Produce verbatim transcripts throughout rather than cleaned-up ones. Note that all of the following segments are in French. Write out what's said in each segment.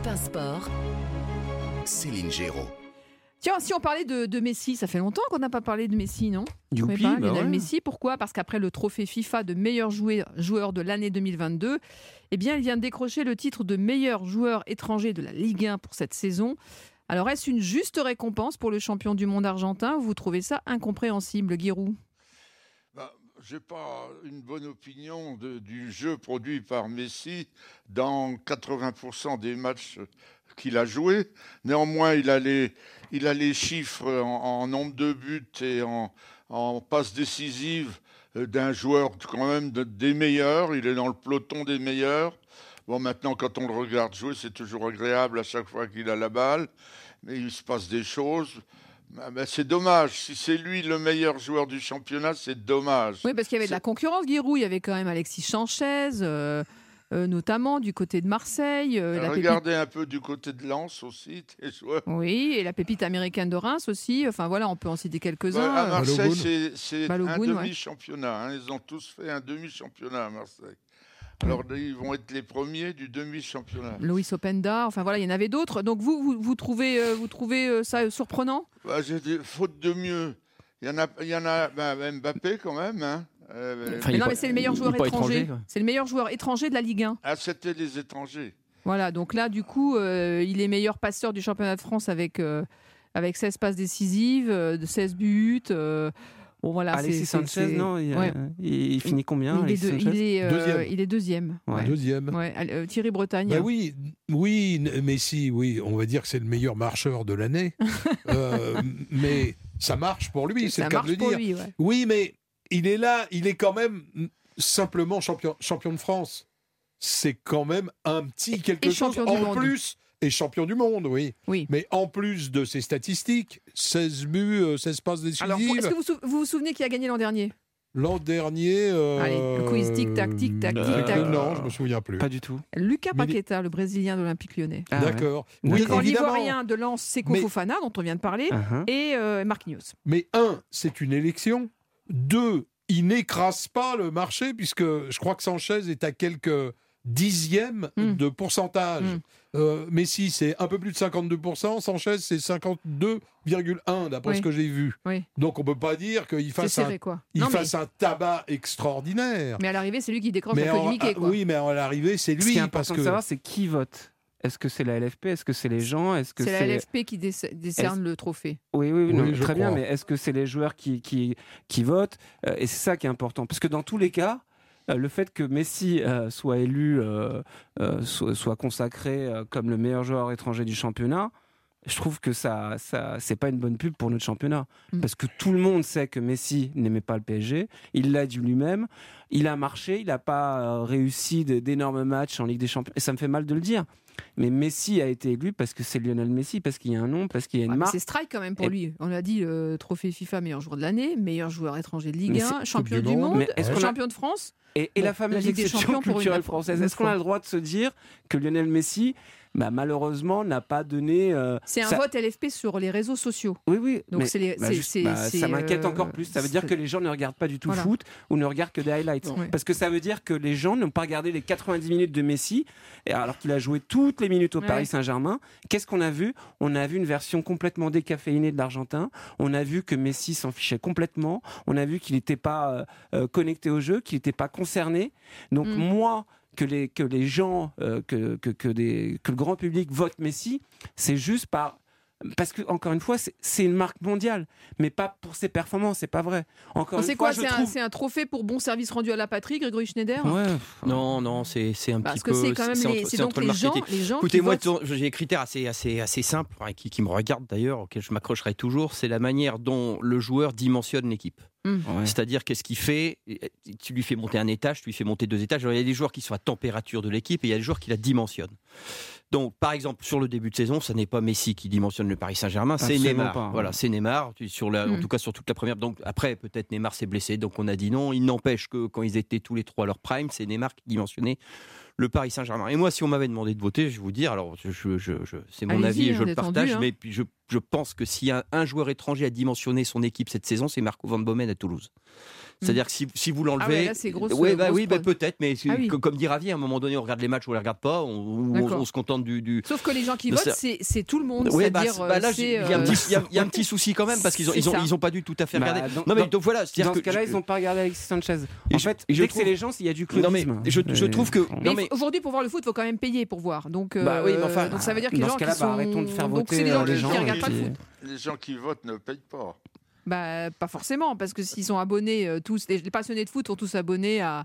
Europe un Sport, Céline Géraud. Tiens, si on parlait de, de Messi, ça fait longtemps qu'on n'a pas parlé de Messi, non ? Youpi, pas, bah Lionel ouais. Messi, pourquoi ? Parce qu'après le trophée FIFA de meilleur joueur, joueur de l'année deux mille vingt-deux, eh bien, il vient de décrocher le titre de meilleur joueur étranger de la Ligue un pour cette saison. Alors, est-ce une juste récompense pour le champion du monde argentin ou vous trouvez ça incompréhensible, Giroud ? Bah, je n'ai pas une bonne opinion de, du jeu produit par Messi dans quatre-vingts pour cent des matchs qu'il a joués. Néanmoins, il a les, il a les chiffres en, en nombre de buts et en, en passes décisives d'un joueur quand même de, des meilleurs. Il est dans le peloton des meilleurs. Bon, maintenant, quand on le regarde jouer, c'est toujours agréable à chaque fois qu'il a la balle. Mais il se passe des choses. Ben, c'est dommage. Si c'est lui le meilleur joueur du championnat, c'est dommage. Oui, parce qu'il y avait de C'est... la concurrence, Giroud. Il y avait quand même Alexis Sanchez, euh, euh, notamment du côté de Marseille. Euh, la Regardez pépite... un peu du côté de Lens aussi, tes joueurs. Oui, et la pépite américaine de Reims aussi. Enfin voilà, on peut en citer quelques-uns. Ouais, à Marseille, Balogun. c'est, c'est Balogun, un ouais. demi-championnat. Hein. Ils ont tous fait un demi-championnat à Marseille. Alors, ils vont être les premiers du demi-championnat. Loïs Openda, enfin voilà, il y en avait d'autres. Donc vous, vous, vous trouvez, euh, vous trouvez euh, ça surprenant ? Bah, j'ai dit, faute de mieux. Il y en a, il y en a bah, Mbappé quand même. Hein. Euh, Enfin, Mais il non, est mais pas- c'est le meilleur il est joueur pas étranger. étranger, quoi. C'est le meilleur joueur étranger de la Ligue un. Ah, c'était les étrangers. Voilà, donc là, du coup, euh, il est meilleur passeur du championnat de France avec, euh, avec seize passes décisives, euh, de seize buts. euh, bon, voilà, Alexis c'est, c'est- Sanchez, c'est- non il, Ouais. il, il finit combien, il, est Alexis deux- Sanchez il est, euh, Deuxième. il est deuxième. Ouais. Ouais. Deuxième. Ouais, euh, Thierry Bretagne. Ben oui, oui, Messi, oui, on va dire que c'est le meilleur marcheur de l'année. Euh, mais ça marche pour lui, c'est ça le cas marche de le pour dire. lui, ouais. Oui, mais il est là, il est quand même simplement champion, champion de France. C'est quand même un petit quelque Et chose champion du en monde. plus. Et champion du monde, oui. Oui. Mais en plus de ses statistiques, seize buts, euh, seize passes décisives. Alors, pour- est-ce que vous sou- vous, vous souvenez qui a gagné l'an dernier ? L'an dernier... euh, Allez, le quiz tic-tac, tic-tac, euh, tic-tac. Non, je me souviens plus. Pas du tout. Lucas Mais- Paqueta, le Brésilien de l'Olympique Lyonnais. Ah, ouais. D'accord. Oui, Devant évidemment. l'Ivoirien de Lens, Seko Mais- Fofana, dont on vient de parler, Uh-huh. et euh, Marquinhos. Mais un, c'est une élection. Deux, il n'écrase pas le marché, puisque je crois que Sanchez est à quelques dixièmes Mm. de pourcentage. Mm. Euh, Messi, c'est un peu plus de cinquante-deux pour cent. Sanchez, c'est cinquante-deux virgule un pour cent, d'après Oui. ce que j'ai vu. Oui. Donc on ne peut pas dire qu'il C'est fasse, un, serré, quoi. il Non, mais, fasse un tabac extraordinaire. mais à l'arrivée, c'est lui qui décroche Mais la queue en- du Mickey, ah, quoi. oui, mais à l'arrivée, c'est Ce qui lui. est important parce de que savoir, c'est qui vote. Est-ce que c'est la L F P ? Est-ce que c'est les gens ? Est-ce que C'est c'est, la L F P qui déce- décerne le trophée. Oui, oui, oui, non, Oui, je très bien, crois. mais est-ce que c'est les joueurs qui, qui, qui votent ? Euh, Et c'est ça qui est important. Parce que dans tous les cas, euh, le fait que Messi euh, soit élu, euh, euh, soit, soit consacré euh, comme le meilleur joueur étranger du championnat, je trouve que ça, ça, c'est pas une bonne pub pour notre championnat. Mm. Parce que tout le monde sait que Messi n'aimait pas le P S G. Il l'a dit lui-même. Il a marché. Il n'a pas euh, réussi de- d'énormes matchs en Ligue des Champions. Et ça me fait mal de le dire. Mais Messi a été élu parce que c'est Lionel Messi, parce qu'il y a un nom, parce qu'il y a une Ouais, mais marque. c'est strike quand même pour Et- lui. On l'a dit, le trophée FIFA meilleur joueur de l'année, meilleur joueur étranger de Ligue Mais un, c'est- champion Coupe du du monde, Monde. Mais est-ce qu'on a- champion de France. Et, et Bon, la fameuse la Ligue des exception Champions pour une- culturelle pour française. une Est-ce qu'on a fois. le droit de se dire que Lionel Messi, bah, malheureusement, n'a pas donné. euh, C'est un ça- vote L F P sur les réseaux sociaux. Oui, oui. Donc mais- c'est les- bah, c'est- juste- c'est- bah, c'est, ça m'inquiète euh, encore plus. Ça veut dire c'est- que les gens ne regardent pas du tout Voilà. le foot ou ne regardent que des highlights. Ouais. Parce que ça veut dire que les gens n'ont pas regardé les quatre-vingt-dix minutes de Messi, et alors qu'il a joué toutes les minutes au Ouais. Paris Saint-Germain. Qu'est-ce qu'on a vu ? On a vu une version complètement décaféinée de l'Argentin. On a vu que Messi s'en fichait complètement. On a vu qu'il n'était pas euh, euh, connecté au jeu, qu'il n'était pas concerné. Donc Mm. moi, que les, que les gens, euh, que, que, que, des, que le grand public vote Messi, c'est juste par... Parce que, encore une fois, c'est, c'est une marque mondiale, mais pas pour ses performances, c'est pas vrai. Encore C'est une quoi fois, c'est, je un, trouve... c'est un trophée pour bon service rendu à la patrie, Grégory Schneider. Ouais. Non, non, c'est, c'est un Parce petit que peu. c'est quand même c'est les, entre, c'est c'est donc entre le les gens, marketing. les gens Écoutez, qui moi, votent. j'ai des critères assez, assez, assez simples, hein, qui, qui me regardent d'ailleurs, auxquels je m'accrocherai toujours. C'est la manière dont le joueur dimensionne l'équipe. Hum. Ouais. C'est-à-dire, qu'est-ce qu'il fait ? Tu lui fais monter un étage, tu lui fais monter deux étages. Alors, il y a des joueurs qui sont à température de l'équipe et il y a des joueurs qui la dimensionnent. Donc, par exemple, sur le début de saison, ce n'est pas Messi qui dimensionne le Paris Saint-Germain, c'est Absolument Neymar. pas, hein. Voilà, c'est Neymar. Sur la, En Mm. tout cas, sur toute la première. Donc, après, peut-être Neymar s'est blessé, donc on a dit non. Il n'empêche que quand ils étaient tous les trois à leur prime, c'est Neymar qui dimensionnait le Paris Saint-Germain. Et moi, si on m'avait demandé de voter, je vais vous dire, alors je, je, je, je- c'est mon Allez-y, avis et hein, je le détendu, partage, hein. mais puis je je pense que s'il y a un joueur étranger à dimensionner son équipe cette saison, c'est Marco Van Bommel à Toulouse. C'est-à-dire que si, si vous l'enlevez, ah ouais, là, c'est grosse, ouais, bah, grosse oui, bah, peut-être, mais ah oui. comme dit Ravi, à un moment donné, on regarde les matchs ou on les regarde pas, on, on, on se contente du, du. Sauf que les gens qui votent, ça... c'est, c'est tout le monde. Ouais, bah, c'est-à-dire, bah là, il y, euh... y, y a un petit souci quand même parce qu'ils ont, ils ont, ils ont pas dû tout à fait bah, regarder. Dans, non mais dans, donc voilà, dans que ce cas-là, je... ils n'ont pas regardé Alexis Sanchez. Et en je, fait, et dès je que trouve... c'est les gens, il y a du non mais clubisme. je, je trouve que. Mais non, mais... aujourd'hui, pour voir le foot, il faut quand même payer pour voir. Donc, euh, bah oui, mais enfin, donc ça veut dire que les dans gens ce cas-là, qui bah, sont... arrêtons de faire donc voter c'est les gens les qui gens. ne regardent pas le les, foot. les gens qui votent ne payent pas. Bah, pas forcément, parce que s'ils sont abonnés, euh, tous, les, les passionnés de foot sont tous abonnés à,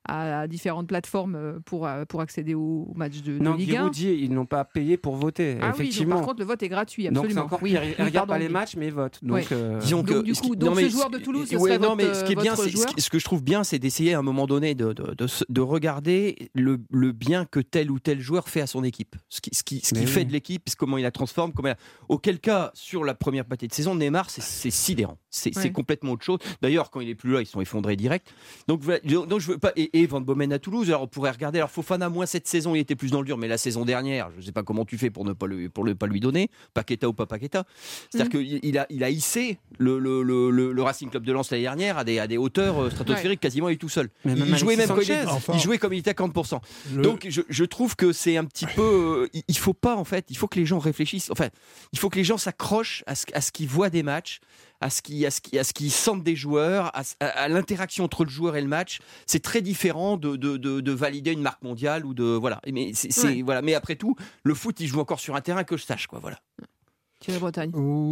à différentes plateformes pour, pour accéder au match de, de non, Ligue un. Non, dit ils n'ont pas payé pour voter, ah effectivement. Oui, donc, par contre, le vote est gratuit, absolument. Donc c'est encore oui, pire, ils ne regardent pas pardon, les matchs, mais ils votent. Donc, ouais. euh... Disons que, donc, du coup, donc, non, mais, ce joueur de Toulouse, ce ouais, serait non, votre, mais ce qui est bien, c'est, joueur ce que je trouve bien, c'est d'essayer à un moment donné de, de, de, de regarder le, le bien que tel ou tel joueur fait à son équipe. Ce qui, ce qui, ce qui oui. fait de l'équipe, comment il la transforme. Comment il la... Auquel cas, sur la première partie de saison, Neymar, c'est, c'est sidérant. C'est, ouais. c'est complètement autre chose. D'ailleurs, quand il est plus là, ils sont effondrés direct. Donc, voilà, donc je veux pas. Et, et Van Bommel à Toulouse, alors on pourrait regarder. Alors Fofana, moins cette saison, il était plus dans le dur, mais la saison dernière, je ne sais pas comment tu fais pour ne pas le, pour le pas lui donner, Paqueta ou pas Paqueta. C'est-à-dire mmh. qu'il a, il a hissé le, le, le, le, le Racing Club de Lens l'année dernière à des, à des hauteurs stratosphériques, ouais. quasiment il est tout seul. Mais il, jouait même Sanchez, il, enfin. il jouait comme il était à quarante pour cent. Le... Donc je, je trouve que c'est un petit peu. Il, il faut pas en fait. Il faut que les gens réfléchissent. Enfin, il faut que les gens s'accrochent à ce, à ce qu'ils voient des matchs. À ce, qui, à, ce qui, à ce qu'ils sentent des joueurs, à, à, à l'interaction entre le joueur et le match, c'est très différent de, de, de, de valider une marque mondiale ou de voilà. Mais c'est, c'est, ouais. voilà. Mais après tout, le foot, il joue encore sur un terrain que je sache quoi. Voilà. Thierry Bretagne.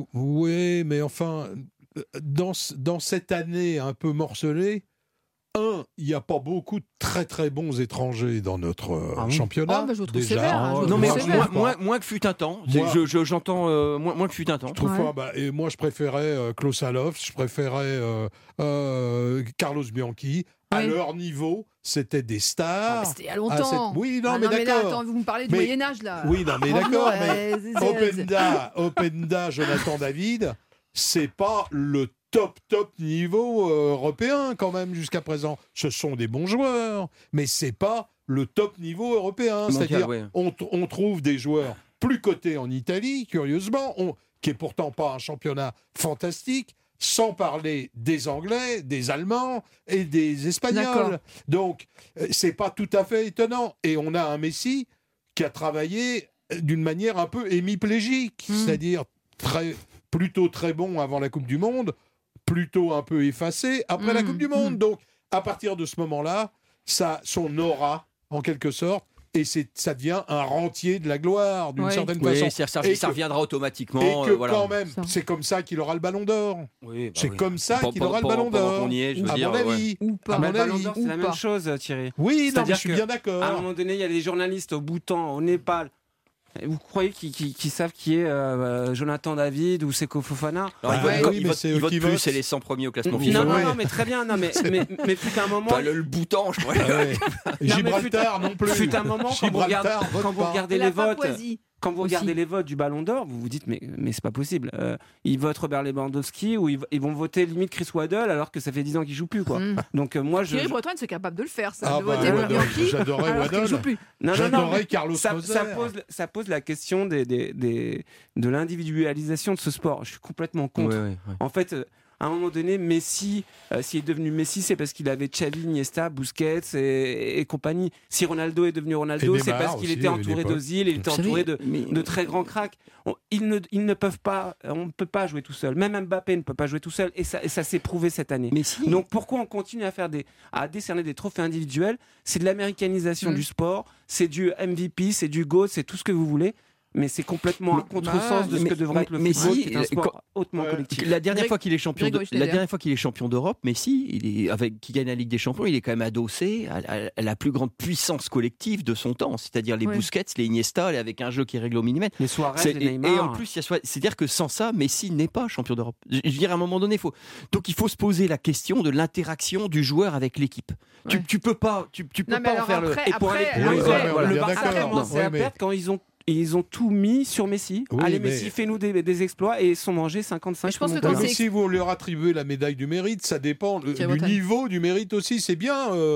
Oui, mais enfin, dans dans cette année un peu morcelée. Un, il n'y a pas beaucoup de très très bons étrangers dans notre euh, ah oui. championnat. Oh, bah, je vous trouve déjà. sévère. Hein, non, mais sévère. Moins, moins, moins que fut un temps. Moi, je, je, j'entends euh, moins, moins que fut un temps. Je trouve ouais. pas, bah, et moi, je préférais euh, Klaus Allofs, je préférais euh, euh, Carlos Bianchi. À oui. leur niveau, c'était des stars. Ah, c'était il y a longtemps. Cette... Oui, non, ah, mais non, d'accord. Mais là, attends, vous me parlez du mais... Moyen-Âge, là. Oui, non, mais d'accord. Oh, mais ouais, Openda, Openda, Jonathan David, c'est pas le top, top niveau euh, européen, quand même, jusqu'à présent. Ce sont des bons joueurs, mais c'est pas le top niveau européen. Mondial, C'est-à-dire, ouais. on, on trouve des joueurs plus cotés en Italie, curieusement, on, qui est pourtant pas un championnat fantastique, sans parler des Anglais, des Allemands et des Espagnols. D'accord. Donc, c'est pas tout à fait étonnant. Et on a un Messi qui a travaillé d'une manière un peu hémiplégique, mmh. c'est-à-dire très, plutôt très bon avant la Coupe du Monde, plutôt un peu effacé après mmh. la Coupe du Monde. Mmh. Donc, à partir de ce moment-là, ça, son aura, en quelque sorte, et c'est, ça devient un rentier de la gloire, d'une oui. certaine oui, façon. Ça, ça, et ça que, reviendra automatiquement. Et que euh, voilà. quand même, c'est comme ça qu'il aura le Ballon d'Or. Oui, bah c'est oui. comme ça P- qu'il p- aura p- le Ballon d'Or. On y est, je veux à dire, mon avis. Ouais. Ou pas. À Bah, mon le Ballon avis. d'Or, c'est la Ou même pas. chose, Thierry. Oui, non, mais je suis que, bien d'accord. À un moment donné, il y a des journalistes au Bhoutan, au Népal. Vous croyez qu'ils, qu'ils, qu'ils savent qui est euh, Jonathan David ou Seko Fofana? Alors, ils bah, votent, oui, ils mais votent, c'est ils eux votent qui plus, votent. c'est les cent premiers au classement Non, FIFA. non, Ouais. non, mais très bien. Non, mais, mais, mais fut un moment. Pas le, le Bhoutan, je crois. Ah ouais. Gibraltar non plus. Fut un moment quand vous regardez, Gibraltar, vote quand vous pas. regardez Et les la votes. Papouasie. Quand vous Aussi. regardez les votes du Ballon d'Or, vous vous dites mais, mais c'est pas possible. Euh, ils votent Robert Lewandowski ou ils, ils vont voter limite Chris Waddle alors que ça fait dix ans qu'il joue plus quoi. Mm. Donc euh, moi je. Thierry Bretagne, c'est capable de le faire, ça. Ah de bah, voter Waddle, Bianchi, j'adorais alors qu'il Waddle. joue plus. Non, non, non, J'adorais mais Carlos ça, Moser. ça pose, ça pose la question des, des, des, de l'individualisation de ce sport. Je suis complètement contre. Ouais, ouais, ouais. En fait, euh, à un moment donné, Messi, euh, s'il est devenu Messi, c'est parce qu'il avait Xavi, Iniesta, Busquets et, et compagnie. Si Ronaldo est devenu Ronaldo, Et c'est Neymar parce qu'il aussi, était à entouré l'époque. d'Ozil, il était Vous savez, entouré de, mais- de très grands cracks. On- ils, ne, ils ne peuvent pas, on ne peut pas jouer tout seul. Même Mbappé ne peut pas jouer tout seul, et ça, et ça s'est prouvé cette année. Mais si. Donc pourquoi on continue à faire des, à décerner des trophées individuels? C'est de l'américanisation Mm. du sport, c'est du M V P, c'est du GOAT, c'est tout ce que vous voulez. Mais c'est complètement un contresens de ce mais- que devrait mais- être le mais football, si, qui est un euh, sport quand- hautement Ouais. collectif. La dernière Greg- fois qu'il est champion, de, Grégory la Schneider. dernière fois qu'il est champion d'Europe, Messi, il est avec qui gagne la Ligue des Champions, il est quand même adossé à, à- à la plus grande puissance collective de son temps, c'est-à-dire les Ouais. Busquets, les Iniesta, avec un jeu qui est réglé au millimètre. Les Suarez, C'est- les et, Neymar. et en plus, il y a soit- c'est-à-dire que sans ça, Messi n'est pas champion d'Europe. Je, je veux dire, à un moment donné, il faut donc il faut se poser la question de l'interaction du joueur avec l'équipe. Tu, Ouais. tu peux pas, tu, tu peux Non, mais pas en alors faire après, le. Et pour aller après, plus loin, Oui, après, ouais, ouais, le bien Barça a d'accord. commencé Oui, à mais- perdre quand ils ont ils ont tout mis sur Messi. Oui, Allez mais- Messi, fais-nous des, des exploits et ils sont mangés cinquante-cinq. Mais je pense que remontadas. quand Mais c'est- si vous leur attribuez la médaille du mérite, ça dépend euh, Thierry du Bretagne. niveau du mérite aussi. C'est bien euh,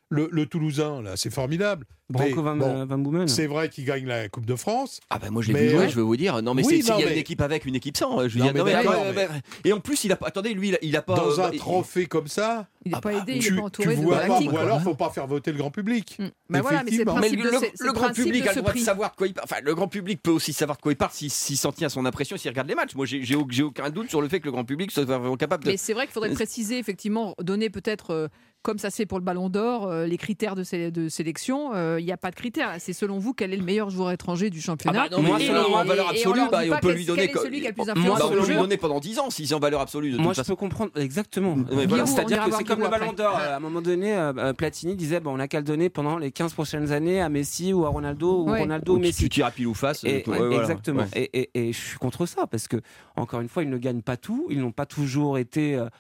le, le Toulousain, là, c'est formidable. Branco Mais, Van, bon, Van Boomen. c'est vrai qu'il gagne la Coupe de France. Ah ben moi je l'ai Mais, vu jouer, euh, je veux vous dire. Non mais oui, c'est- c'est- non, il y a mais- une équipe avec, une équipe sans. Je veux Non, dire, mais non, mais d'accord, attends, mais- mais- Et en plus il a pas. Attendez, lui il a, il a pas. Dans euh, un il- trophée comme ça, Il n'est Ah pas bah, aidé, il tu, n'est pas tu entouré de vois la pas, clique, ou quoi. alors il ne faut pas faire voter le grand public. Mm. Ben voilà, mais c'est le Effectivement. Mais principe le, de le- ce- c'est le grand principe public de a ce le droit de prix. savoir de quoi il parle. Enfin, le grand public peut aussi savoir de quoi il parle s'il s'il s'en tient à son impression, s'il regarde les matchs. Moi, j'ai j'ai au- j'ai aucun doute sur le fait que le grand public soit vraiment capable de. Mais c'est vrai qu'il faudrait préciser, effectivement, donner peut-être, euh, comme ça se fait pour le Ballon d'Or, euh, les critères de, sé- de sélection. Euh, Il n'y a pas de critères. C'est selon vous quel est le meilleur joueur étranger du Ah championnat. bah non, mais Moi, et- selon- et- en en valeur et- et absolue, leur bah, dit on pas peut quel- lui quel donner. est celui qui a le plus Bah, d'influence Moi, on sur peut le lui jeu. donner pendant dix ans si c'est en valeur absolue. De Moi, toute je façon. peux comprendre exactement. Ouais, voilà. Giroud, on C'est-à-dire ira que voir c'est comme Giroud le après. Ballon d'Or. À un moment donné, euh, euh, Platini disait bon, on n'a qu'à le donner pendant les quinze prochaines années à Messi ou à Ronaldo ou Ouais. Ronaldo ou Tu- Messi. Tu tires à pile ou face. Et- euh, ouais, voilà. exactement. Ouais. Et, et- et je suis contre ça parce que, encore une fois, ils ne gagnent pas tout. Ils n'ont pas toujours été euh,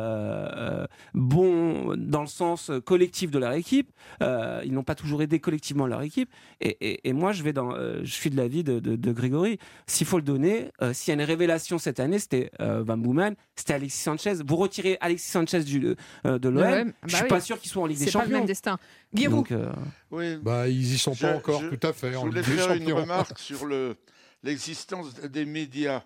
euh, bons dans le sens collectif de leur équipe. Euh, ils n'ont pas toujours aidé collectivement leur équipe. Et, et- et moi, je vais dans, euh, je suis de l'avis de, de, de Grégory. S'il faut le donner, euh, s'il y a une révélation cette année, c'était euh, Van Boomen, c'était Alexis Sanchez. Vous retirez Alexis Sanchez du, euh, de l'O M, De l'O M, je bah suis oui. pas sûr qu'il soit en Ligue des C'est pas le même Champions. destin. Giroud, Donc, euh, Oui, Bah, ils y sont Je- pas encore je- tout à fait je en voulais Ligue des faire une Champions. remarque sur le- l'existence des médias.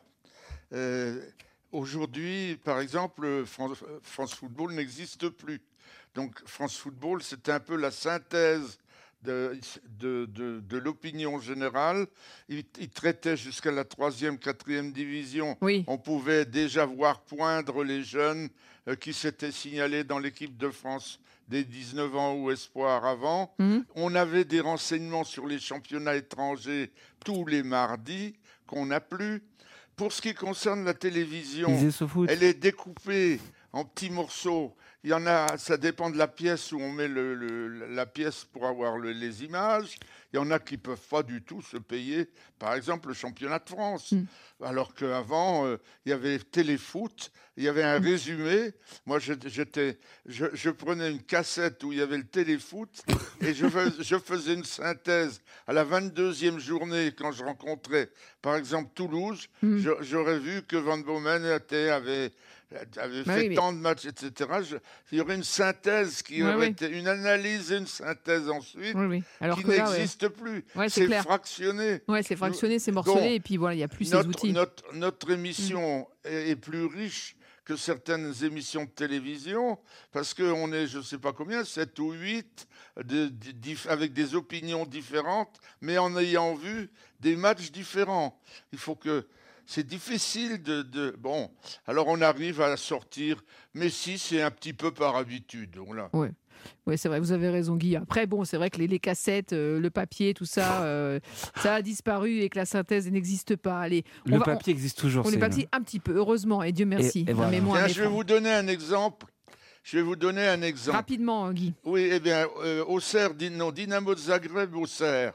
Euh, Aujourd'hui, par exemple, France, France Football n'existe plus. Donc France Football, c'est un peu la synthèse de, de, de, de l'opinion générale. Il, il traitait jusqu'à la troisième, quatrième division. oui. On pouvait déjà voir poindre les jeunes euh, qui s'étaient signalés dans l'équipe de France des dix-neuf ans ou espoir avant. Mhm. On avait des renseignements sur les championnats étrangers tous les mardis qu'on n'a plus. Pour ce qui concerne la télévision, ils faisaient ce foot. elle est découpée en petits morceaux. Il y en a, ça dépend de la pièce où on met le, le- la pièce pour avoir le- les images. Il y en a qui ne peuvent pas du tout se payer, par exemple, le championnat de France. Mm. Alors qu'avant, euh, il y avait Téléfoot, il y avait un résumé. Moi, j'étais- j'étais, je, je prenais une cassette où il y avait le Téléfoot et je, fais- je faisais une synthèse. À la vingt-deuxième journée, quand je rencontrais, par exemple, Toulouse, Mm. je- j'aurais vu que Van Bommel était, avait, avait Bah fait oui, mais- tant de matchs, et cetera. Je- il y aurait une synthèse qui Ouais, aurait ouais. été une analyse et une synthèse ensuite Oui, oui. Alors qui que là, ouais. n'existe plus. Ouais, c'est c'est clair. fractionné. Ouais, c'est fractionné, c'est morcelé, Donc, et puis voilà, il n'y a plus ces Notre, outils. notre, notre émission est, est plus riche que certaines émissions de télévision parce qu'on est, je ne sais pas combien, sept ou huit, de, de- dif- avec des opinions différentes, mais en ayant vu des matchs différents. Il faut que... C'est difficile de, de... Bon, alors on arrive à sortir, mais si, c'est un petit peu par habitude. Voilà. Oui, c'est vrai, vous avez raison, Guy. Après, bon, c'est vrai que les, les cassettes, euh, le papier, tout ça, euh, ça a disparu et que la synthèse n'existe pas. Allez, on Le va- papier existe toujours. on, on est c'est- parti un petit peu, heureusement, et Dieu merci. et voilà. Mais moins Tiens, un je vais effort. vous donner un exemple. Je vais vous donner un exemple. Rapidement, hein, Guy. Oui, eh bien, euh, Auxerre, Di- non, Dynamo de Zagreb, Auxerre,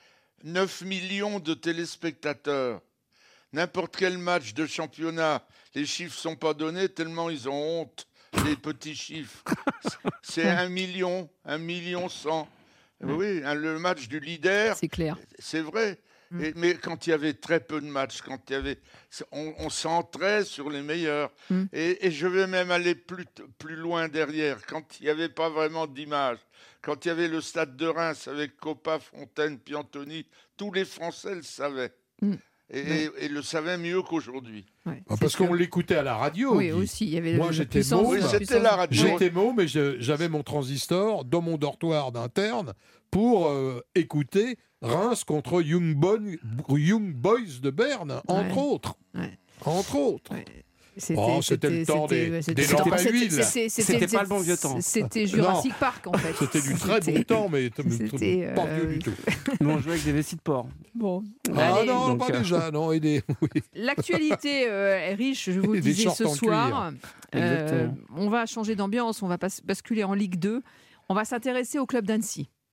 neuf millions de téléspectateurs. N'importe quel match de championnat, les chiffres sont pas donnés tellement ils ont honte, les petits chiffres. C'est un million, un million cent. Oui, hein, le match du leader, C'est clair. c'est vrai. Mm. Et- mais quand il y avait très peu de matchs, quand il y avait, on, on centrait sur les meilleurs. Mm. Et, et je vais même aller plus, t- plus loin derrière. Quand il n'y avait pas vraiment d'images, quand il y avait le stade de Reims avec Coppa, Fontaine, Piantoni, tous les Français le savaient. Mm. Et, Ouais. et- et le savaient mieux qu'aujourd'hui. Ouais, Ah, c'est parce sûr. qu'on l'écoutait à la radio. Oui, Guy. aussi. Il y avait Moi, la j'étais puissance- môme. Oui, la c'était puissance- la radio. J'étais môme, mais je- j'avais mon transistor dans mon dortoir d'interne pour euh, écouter Reims contre Young, Bon- Young Boys de Berne, entre Ouais. autres. Ouais. Entre autres. Ouais. C'était Oh, c'était le temps des- ouais, c'était- des c'était- lampes à c'était- huile. c'était- C'était pas le bon vieux temps. C'était Jurassic Park, en fait. C'était du très bon C'était- temps, mais t- c'était, pas euh, vieux du tout. Nous, on jouait avec des vessies de porc. Bon. Ah Allez, non, donc, pas euh, déjà, non. Et des... oui. L'actualité euh, est riche, je vous le Et des disais shorts ce en soir. Euh, Exactement. on va changer d'ambiance, on va pas- basculer en Ligue deux. On va s'intéresser au club d'Annecy.